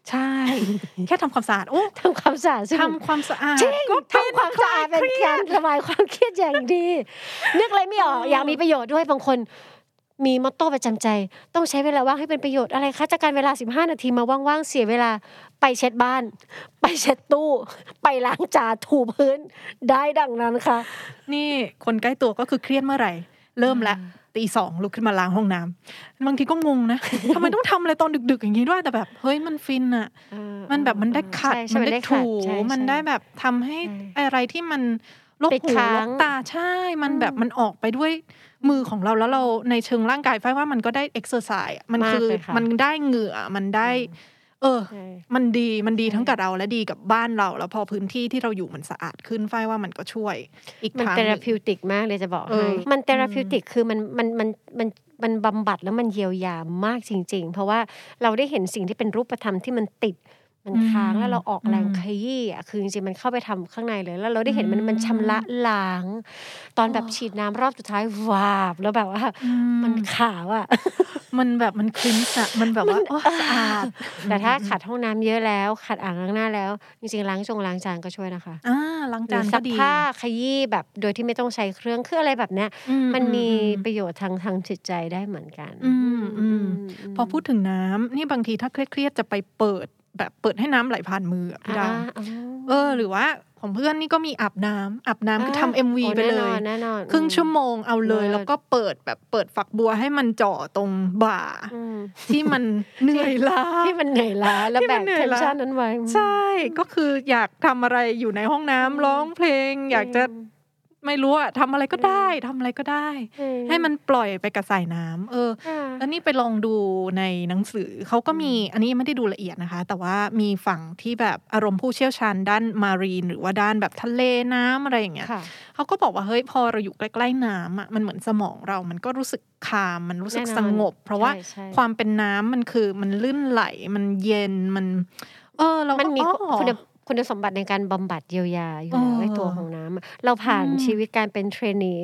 ใช่ แค่ทำความสะอาดโอ้ทำความสะอาดทำความสะอาดจริงก็ทำความสะอาดเป็นการระบายความเครียดอย่างดี นึกอะไรไม่ออกอยากมีประโยชน์ด้วยบางคนมีมอตโต้ประจำใจต้องใช้เวลาว่างให้เป็นประโยชน์อะไรคะจากการเวลา15นาทีมาว่างๆเสียเวลาไปเช็ดบ้านไปเช็ดตู้ไปล้างจานถูพื้นได้ดังนั้นค่ะนี่คนใกล้ตัวก็คือเครียดเมื่อไหร่เริ่มละตีสองลุกขึ้นมาล้างห้องน้ำบางทีก็งงนะ ทำไมต้องทำอะไรตอนดึกๆอย่างนี้ด้วยแต่แบบเฮ้ยมันฟินอะมันแบบมันได้ขัดมันได้ถูมันได้แบบทำให้อะไรที่มันลบหูลบตาใช่มันแบบมันออกไปด้วยมือของเราแล้วเราในเชิงร่างกายไฟว่ามันก็ได้เอ็กซ์เซอร์ไซส์มันคือมันได้เหงื่อมันได้มันดีทั้งกับเราและดีกับบ้านเราแล้วพอพื้นที่ที่เราอยู่มันสะอาดขึ้นไฟว่ามันก็ช่วยอีกทางมันเทอราพิวติกมากเลยจะบอกให้มันเทอราพิวติกคือมันบำบัดแล้วมันเยียวยามากจริงๆเพราะว่าเราได้เห็นสิ่งที่เป็นรูปธรรมที่มันติดมันค้างแล้วเราออกแรงขยี้อ่ะคือจริงๆมันเข้าไปทำข้างในเลยแล้วเราได้เห็นมันชำระล้างตอนแบบฉีดน้ำรอบสุดท้ายวาบแล้วแบบว่ามันขาวอ่ะมันแบบมันคลีนอะมันแบบว่าสะอาดแต่ถ้าขัดห้องน้ำเยอะแล้วขัดอ่างล้างหน้าแล้วจริงๆล้างจานก็ช่วยนะคะล้างจานก็ดีซักผ้าขยี้แบบโดยที่ไม่ต้องใช้เครื่องคืออะไรแบบเนี้ยมันมีประโยชน์ทางจิตใจได้เหมือนกันพอพูดถึงน้ำนี่บางทีถ้าเครียดๆจะไปเปิดให้น้ำไหลผ่านมือพี่ดาวหรือว่าของเพื่อนนี่ก็มีอาบน้ำคือทำ MV ไปเลยครึ่งชั่วโมงเอาเลยแล้วก็เปิดฝักบัวให้มันจ่อตรงบ่าที่มันเหนื่อยล้าแล้วแบกเทนชั่นนั้นไว้ใช่ก็คืออยากทำอะไรอยู่ในห้องน้ำร้องเพลงอยากจะไม่รู้อะทำอะไรก็ได้ให้มันปล่อยไปกับสายน้ำแล้วนี่ไปลองดูในหนังสือเขาก็มีอันนี้ไม่ได้ดูละเอียดนะคะแต่ว่ามีฝั่งที่แบบอารมณ์ผู้เชี่ยวชาญด้านมารีนหรือว่าด้านแบบทะเลน้ำอะไรอย่างเงี้ยเขาก็บอกว่าเฮ้ยพอเราอยู่ใกล้ๆน้ำอะมันเหมือนสมองเรามันก็รู้สึกคามมันรู้สึกสงบเพราะว่าความเป็นน้ำมันคือมันลื่นไหลมันเย็นมันเราก็มีคุณสมบัติในการบำบัดเยียวยาอยู่แล้วในตัวของน้ำเราผ่านชีวิตการเป็นเทรนนี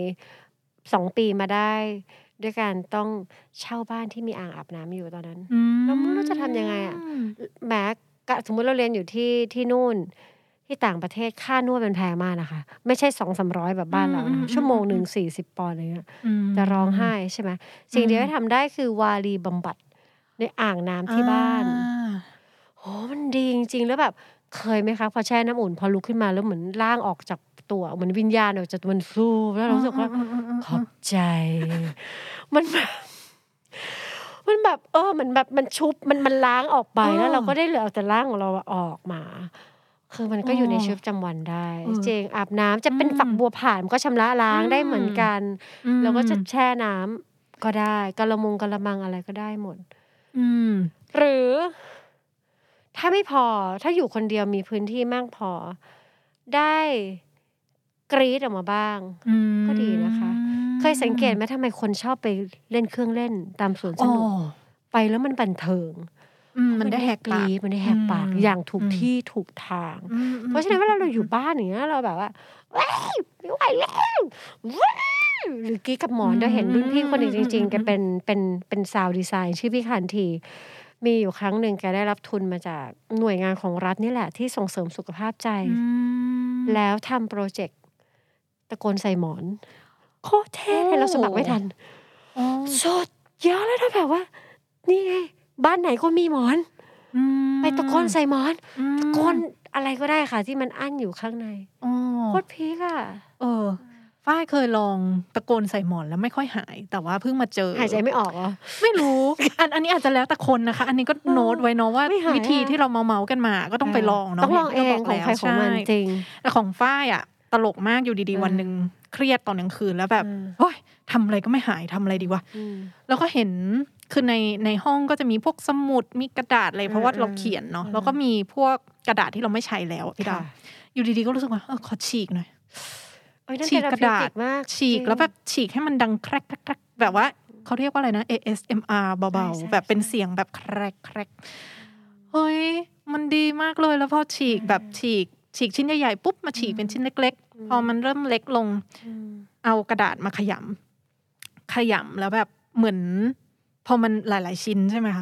2 ปีมาได้ด้วยการต้องเช่าบ้านที่มีอ่างอาบน้ำอยู่ตอนนั้นเราไม่รู้จะทำยังไงอ่ะแม้สมมุติเราเรียนอยู่ที่นู่นที่ต่างประเทศค่านวดเป็นแพงมากนะคะไม่ใช่ 200-300 แบบบ้านเรานะชั่วโมงนึง40 ปอนด์อะไรเงี้ยจะร้องไห้ใช่ไหมสิ่งเดียวที่ทำได้คือวารีบำบัดในอ่างน้ำที่บ้านโหมันดีจริงๆแล้วแบบเคยไหมคะพอแช่น้ำอุ่นพอลุกขึ้นมาแล้วเหมือนร่างออกจากตัวเหมือนวิญญาณออกจากมันฟูแล้วรู้สึกว่าขอบใจมันแบบเหมือนแบบมันชุบมันล้างออกไปแล้วเราก็ได้เหลือแต่ร่างของเราออกมาคือมันก็อยู่ในชีวิตประจำวันได้จริงอาบน้ำจะเป็นฝักบัวผ่านมันก็ชำระล้างได้เหมือนกันแล้วก็จะแช่น้ำก็ได้กะละมังอะไรก็ได้หมดหรือถ้าไม่พอถ้าอยู่คนเดียวมีพื้นที่มากพอได้กรี๊ดออกมาบ้างก็ดีนะคะเคยสังเกตไหมทำไมคนชอบไปเล่นเครื่องเล่นตามสวนสนุกไปแล้วมันบันเทิงมันได้แหกปากอย่างถูกที่ถูกทางเพราะฉะนั้นเวลาเราอยู่บ้านอย่างเงี้ยเราแบบว่าไม่ไหวแล้วหรือกรี๊ดกับหมอนเราเห็นรุ่นพี่คนหนึ่งจริงๆแกเป็นซาวด์ดีไซน์ชื่อพี่คันทีมีอยู่ครั้งหนึ่งแกได้รับทุนมาจากหน่วยงานของรัฐนี่แหละที่ส่งเสริมสุขภาพใจแล้วทำโปรเจกต์ตะโกนใส่หมอนโคตรเท่เลยเราสมัครไม่ทันสุดยอดแล้วแบบว่านี่ไงบ้านไหนก็มีหมอนไปตะโกนใส่หมอนตะโกนอะไรก็ได้ค่ะที่มันอั้นอยู่ข้างในโคตรพีคอ่ะฝ้ายเคยลองตะโกนใส่หมอนแล้วไม่ค่อยหายแต่ว่าเพิ่งมาเจอหายใจไม่ออกเหรอไม่รู้อันนี้อาจจะแล้วแต่คนนะคะอันนี้ก็โน้ตไว้เนาะว่าวิธีที่เราเมากันมาก็ต้องไปลองเนาะต้องลองเองของใครของมันจริงแต่ของฝ้ายอ่ะตลกมากอยู่ดีๆวันนึงเครียดตอนกลางคืนแล้วแบบโอ๊ยทำอะไรก็ไม่หายทำอะไรดีวะแล้วก็เห็นคือในห้องก็จะมีพวกสมุดมีกระดาษอะไรเพราะว่าเราเขียนเนาะแล้วก็มีพวกกระดาษที่เราไม่ใช้แล้วพี่ดาวอยู่ดีๆก็รู้สึกว่าขอฉีกหน่อยฉีกกระดาษฉีกแล้วแบบฉีกให้มันดังแครกๆแบบว่าเขาเรียกว่าอะไรนะ ASMR เบาๆแบบเป็นเสียงแบบแครกเฮ้ยมันดีมากเลยแล้วพอฉีกแบบฉีกชิ้นใหญ่ๆปุ๊บมาฉีกเป็นชิ้นเล็กๆพอมันเริ่มเล็กลงเอากระดาษมาขยำแล้วแบบเหมือนพอมันหลายๆชิ้นใช่ไหมคะ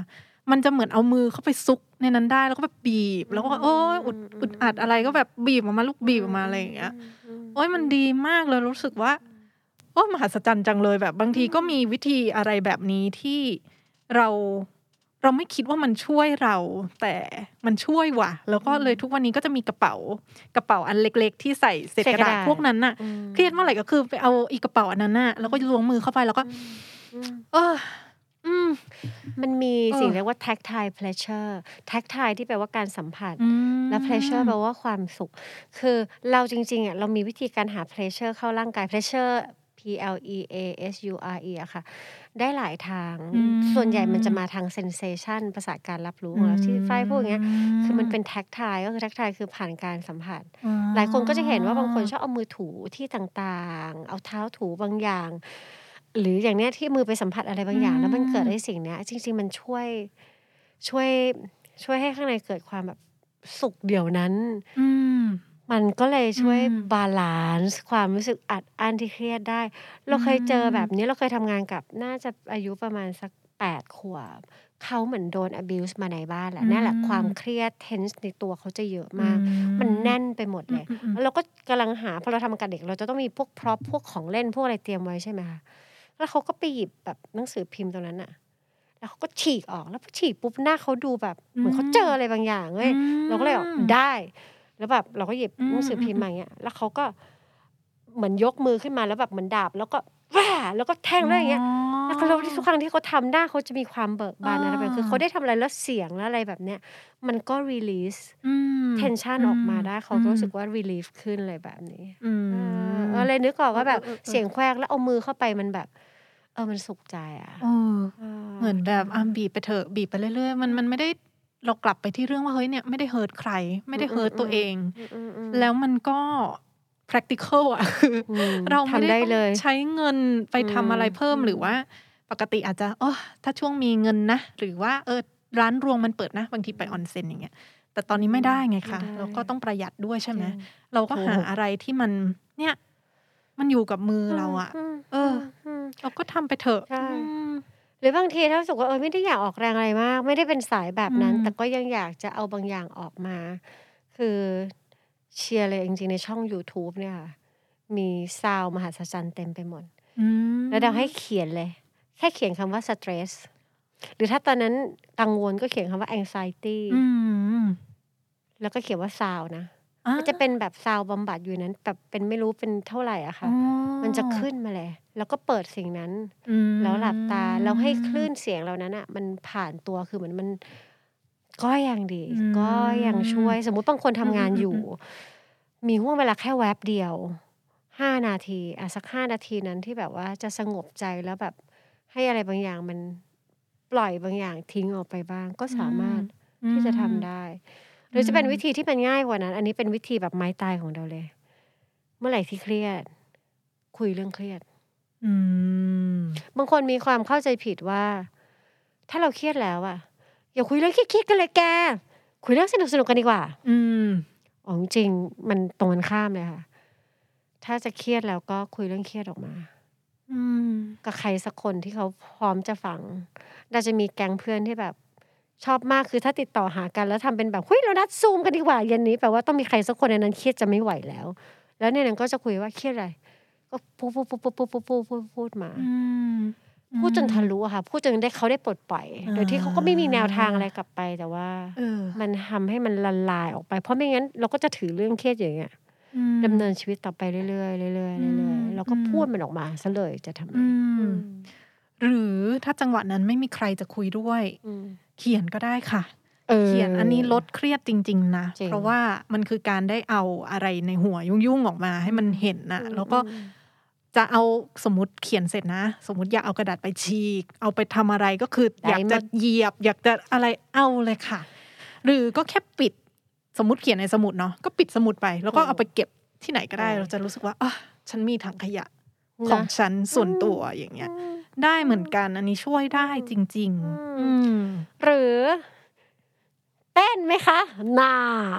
มันจะเหมือนเอามือเข้าไปซุกในนั้นได้แล้วก็แบบบีบแล้วก็โอ๊ยอึดอัดอะไรก็แบบบีบออกมาลูกบีบออกมาอะไรอย่างเงี้ยโอ๊ยมันดีมากเลยรู้สึกว่าโอ้มหัศจรรย์จังเลยแบบบางทีก็มีวิธีอะไรแบบนี้ที่เราไม่คิดว่ามันช่วยเราแต่มันช่วยว่ะแล้วก็เลยทุกวันนี้ก็จะมีกระเป๋าอันเล็กๆที่ใส่เศษกระดาษพวกนั้นน่ะเครียดเมื่อไหร่ก็คือไปเอาอีกกระเป๋าอันนั้นน่ะแล้วก็ล้วงมือเข้าไปแล้วก็มันมีสิ่งเรียกว่า tactile pleasure tactile ที่แปลว่าการสัมผัสและ pleasure แปลว่าความสุขคือเราจริงๆอ่ะเรามีวิธีการหา pleasure เข้าร่างกาย pleasure pleasure อะค่ะได้หลายทางส่วนใหญ่มันจะมาทาง sensation ประสาทการรับรู้ของเราที่ฝ้ายพวกอย่างเงี้ยคือมันเป็น tactile ก็คือ tactile คือผ่านการสัมผัสหลายคนก็จะเห็นว่าบางคนชอบเอามือถูที่ต่างๆเอาเท้าถูบางอย่างหรืออย่างเนี้ยที่มือไปสัมผัสอะไรบางอย่างแล้วมันเกิดไอ้สิ่งเนี้ยจริงๆมันช่วยให้ข้างในเกิดความแบบสุขเดี๋ยวนั้นมันก็เลยช่วยบาลานซ์ความรู้สึกอัดอั้นที่เครียดได้เราเคยเจอแบบนี้เราเคยทำงานกับน่าจะอายุประมาณสัก8 ขวบเขาเหมือนโดน abuse มาในบ้านแหละนั่นแหละความเครียด tense ในตัวเขาจะเยอะมากมันแน่นไปหมดเลยแล้วเราก็กำลังหาพอเราทำกับเด็กเราจะต้องมีพวกพร็อพพวกของเล่นพวกอะไรเตรียมไว้ใช่ไหมคะแล้วเขาก็ไปหยิบแบบหนังสือพิมพ์ตรงนั้นอะแล้วเขาก็ฉีกออกแล้วพอฉีกปุ๊บหน้าเขาดูแบบเหมือนเขาเจออะไรบางอย่างเว้ยเราก็เลยบอกได้แล้วแบบเราก็หยิบหนังสือพิมพ์มาอย่างเงี้ยแล้วเขาก็เหมือนยกมือขึ้นมาแล้วแบบเหมือนดาบแล้วก็ว้าแล้วก็แทงแล้วอย่างเงี้ยแล้วเขาทุกครั้งที่เขาทำหน้าเขาจะมีความเบิกบานอะไรแบบคือเขาได้ทำอะไรแล้วเสียงแล้วอะไรแบบเนี้ยมันก็ release tension ออกมาได้เขาก็รู้สึกว่า relief ขึ้นอะไรแบบนี้เลยนึกออกว่าแบบเสียงแควกแล้วเอามือเข้าไปมันแบบมันสุขใจอ่ะเหมือนแบบบีบไปเถอะบีบไปเรื่อยๆมันไม่ได้เรากลับไปที่เรื่องว่าเฮ้ยเนี่ยไม่ได้เฮิร์ตใครไม่ได้เฮิร์ตตัวเองแล้วมันก็ practical อ่ะคือเราไม่ได้ต้องใช้เงินไปทำอะไรเพิ่มหรือว่าปกติอาจจะถ้าช่วงมีเงินนะหรือว่าร้านรวงมันเปิดนะบางทีไปออนเซ็นอย่างเงี้ยแต่ตอนนี้ไม่ได้ไงคะเราก็ต้องประหยัดด้วยใช่ไหมเราก็หาอะไรที่มันเนี่ยมันอยู่กับมือเราอ่ะเราก็ทำไปเถอะหรือบางทีถ้ารู้สึกว่าไม่ได้อยากออกแรงอะไรมากไม่ได้เป็นสายแบบนั้นแต่ก็ยังอยากจะเอาบางอย่างออกมาคือเชียร์เลยจริงๆในช่อง YouTube เนี่ยค่ะมีซาวมหัศจรรย์เต็มไปหมดแล้วเราให้เขียนเลยแค่เขียนคำว่า stress หรือถ้าตอนนั้นกังวลก็เขียนคำว่า anxiety แล้วก็เขียนว่าซาวนะมันจะเป็นแบบซาวบำบัดอยู่นั้นแบบเป็นไม่รู้เป็นเท่าไหร่อะค่ะมันจะขึ้นมาเลยแล้วก็เปิดสิ่งนั้นแล้วหลับตาแล้วให้คลื่นเสียงเหล่านั้นอะมันผ่านตัวคือเหมือนมันก็ยังดีก็ยังช่วยสมมุติบางคนทำงานอยู่มีห่วงเวลาแค่แวบเดียว5 นาทีสัก5 นาทีนั้นที่แบบว่าจะสงบใจแล้วแบบให้อะไรบางอย่างมันปล่อยบางอย่างทิ้งออกไปบ้างก็สามารถที่จะทำได้หรือจะเป็นวิธีที่มันง่ายกว่านั้นอันนี้เป็นวิธีแบบไม้ตายของเราเลยเมื่อไหร่ที่เครียดคุยเรื่องเครียดบางคนมีความเข้าใจผิดว่าถ้าเราเครียดแล้วอะอย่าคุยเรื่องเครียดกันเลยแกคุยเรื่องสนุกกันดีกว่าจริงมันตรงกันข้ามเลยค่ะถ้าจะเครียดแล้วก็คุยเรื่องเครียดออกมากับใครสักคนที่เขาพร้อมจะฟังเราจะมีแก๊งเพื่อนที่แบบชอบมากคือถ้าติดต่อหากันแล้วทำเป็นแบบเฮ้ยเรานัดซูมกันดีกว่าเย็นนี้แปลว่าต้องมีใครสักคนในนั้นเครียดจะไม่ไหวแล้วในนั้นก็จะคุยว่าเครียดอะไรก็พูดมาพูดจนทะลุอะค่ะพูดจนเขาได้ปลดปล่อยโดยที่เขาก็ไม่มีแนวทางอะไรกลับไปแต่ว่ามันทำให้มันละลายออกไปเพราะไม่งั้นเราก็จะถือเรื่องเครียดอย่างเงี้ยดำเนินชีวิตต่อไปเรื่อยๆเรื่อยๆแล้วก็พูดมันออกมาซะเลยจะทำหรือถ้าจังหวะนั้นไม่มีใครจะคุยด้วยเขียนก็ได้ค่ะเขียนอันนี้ลดเครียดจริงๆนะเพราะว่ามันคือการได้เอาอะไรในหัวยุ่งๆออกมาให้มันเห็นนะแล้วก็จะเอาสมมติเขียนเสร็จนะสมมติอยากเอากระดาษไปฉีกเอาไปทำอะไรก็คืออยากจะเหยียบอยากจะอะไรเอาเลยค่ะหรือก็แค่ปิดสมมติเขียนในสมุดเนาะก็ปิดสมุดไปแล้วก็เอาไปเก็บที่ไหนก็ได้เราจะรู้สึกว่าฉันมีถังขยะของฉันส่วนตัวอย่างเงี้ยได้เหมือนกันอันนี้ช่วยได้จริงๆหรือเต้นไหมคะ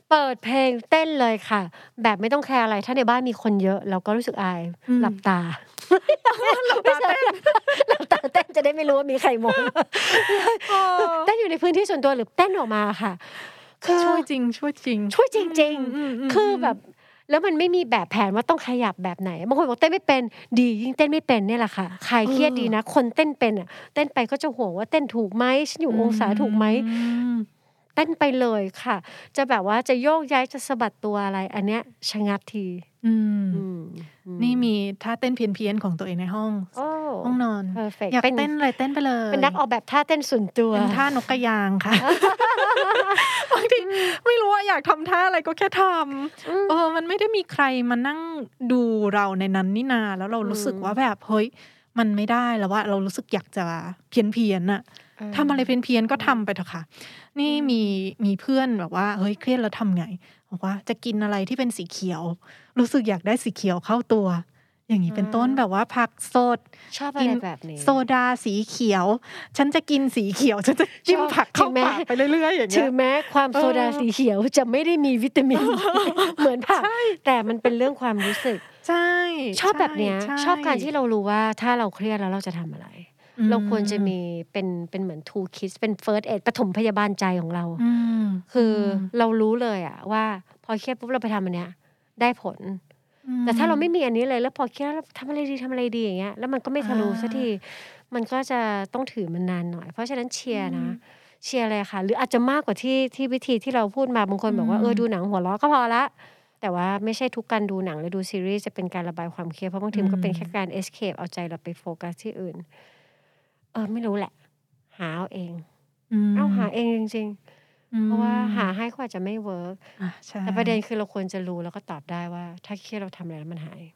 เปิดเพลงเต้นเลยค่ะแบบไม่ต้องแคร์อะไรถ้าในบ้านมีคนเยอะเราก็รู้สึกอายหลับตาหลับตาเต้นจะได้ไม่รู้ว่ามีใครมองเต้นอยู่ในพื้นที่ส่วนตัวหรือเต้นออกมาค่ะช่วยจริงคือแบบแล้วมันไม่มีแบบแผนว่าต้องขยับแบบไหนบางคนบอกเต้นไม่เป็นดียิ่งเต้นไม่เป็นเนี่ยแหละค่ะใครเครียดดีนะคนเต้นเป็นอ่ะเต้นไปก็จะห่วงว่าเต้นถูกไหมฉันอยู่องศาถูกไหมเต้นไปเลยค่ะจะแบบว่าจะโยกย้ายจะสะบัดตัวอะไรอันเนี้ยชะงักทีนี่มีท่าเต้นเพี้ยนๆของตัวเองในห้องนอนอยากเต้นอะไรเต้นไปเลยเป็นนักออกแบบท่าเต้นส่วนตัวเป็นท่านกกระยางค่ะบางทีไม่รู้ว่าอยากทำท่าอะไรก็แค่ทำมันไม่ได้มีใครมานั่งดูเราในนั้นนี่นาแล้วเรารู้สึกว่าแบบเฮ้ยมันไม่ได้แล้วว่าเรารู้สึกอยากจะเพี้ยนๆน่ะทำอะไรเพี้ยนๆก็ทำไปเถอะค่ะนี่มีเพื่อนแบบว่าเฮ้ยเครียดแล้วทำไงบอกว่าจะกินอะไรที่เป็นสีเขียวรู้สึกอยากได้สีเขียวเข้าตัวอย่างนี้เป็นต้นแบบว่าผักสดชอบอะไรแบบนี้โซดาสีเขียวฉันจะกินสีเขียวฉันจะจิ้มผักเข้าปากไปเรื่อยๆอย่างเงี้ยถึงแม้ความโซดาสีเขียวจะไม่ได้มีวิตามินเหมือนผักแต่มันเป็นเรื่องความรู้สึกใช่ชอบแบบเนี้ยชอบการที่เรารู้ว่าถ้าเราเครียดแล้วเราจะทำอะไรเราควรจะมีเป็นเหมือน tool kit เป็น first aid ปฐมพยาบาลใจของเราคือเรารู้เลยอะว่าพอเครียดปุ๊บเราไปทำอันเนี้ยได้ผลแต่ถ้าเราไม่มีอันนี้เลยแล้วพอเครียดแล้วทำอะไรดีอย่างเงี้ยแล้วมันก็ไม่ทะลุสักทีมันก็จะต้องถือมันนานหน่อยเพราะฉะนั้นเชียร์นะเชียร์เลยค่ะหรืออาจจะมากกว่าที่วิธีที่เราพูดมาบางคนบอกว่าดูหนังหัวเราะก็พอละแต่ว่าไม่ใช่ทุกการดูหนังหรือดูซีรีส์จะเป็นการระบายความเครียดเพราะบางทีมันก็เป็นแค่การ escape เอาใจเราไปโฟกัสที่อื่นไม่รู้แหละหาเอาเองหาเองจริงๆเพราะว่าหาให้ก็อาจจะไม่เวิร์กแต่ประเด็นคือเราควรจะรู้แล้วก็ตอบได้ว่าถ้าเครียดเราทำอะไรแล้วมันหาย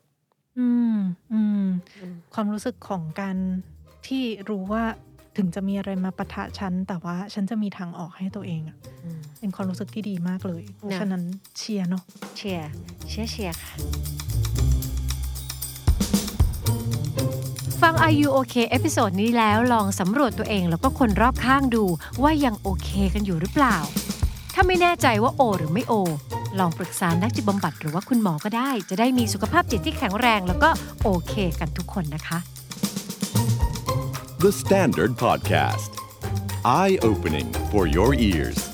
ความรู้สึกของการที่รู้ว่าถึงจะมีอะไรมาปะทะฉันแต่ว่าฉันจะมีทางออกให้ตัวเองเป็นความรู้สึกที่ดีมากเลยเพราะฉะนั้นเชียร์เนาะเชียร์ค่ะฟัง Are You Okay เอพิโซดนี้แล้วลองสำรวจตัวเองแล้วก็คนรอบข้างดูว่ายังโอเคกันอยู่หรือเปล่าถ้าไม่แน่ใจว่าโอหรือไม่โอลองปรึกษานักจิตบำบัดหรือว่าคุณหมอก็ได้จะได้มีสุขภาพจิตที่แข็งแรงแล้วก็โอเคกันทุกคนนะคะ The Standard Podcast Eye Opening for Your Ears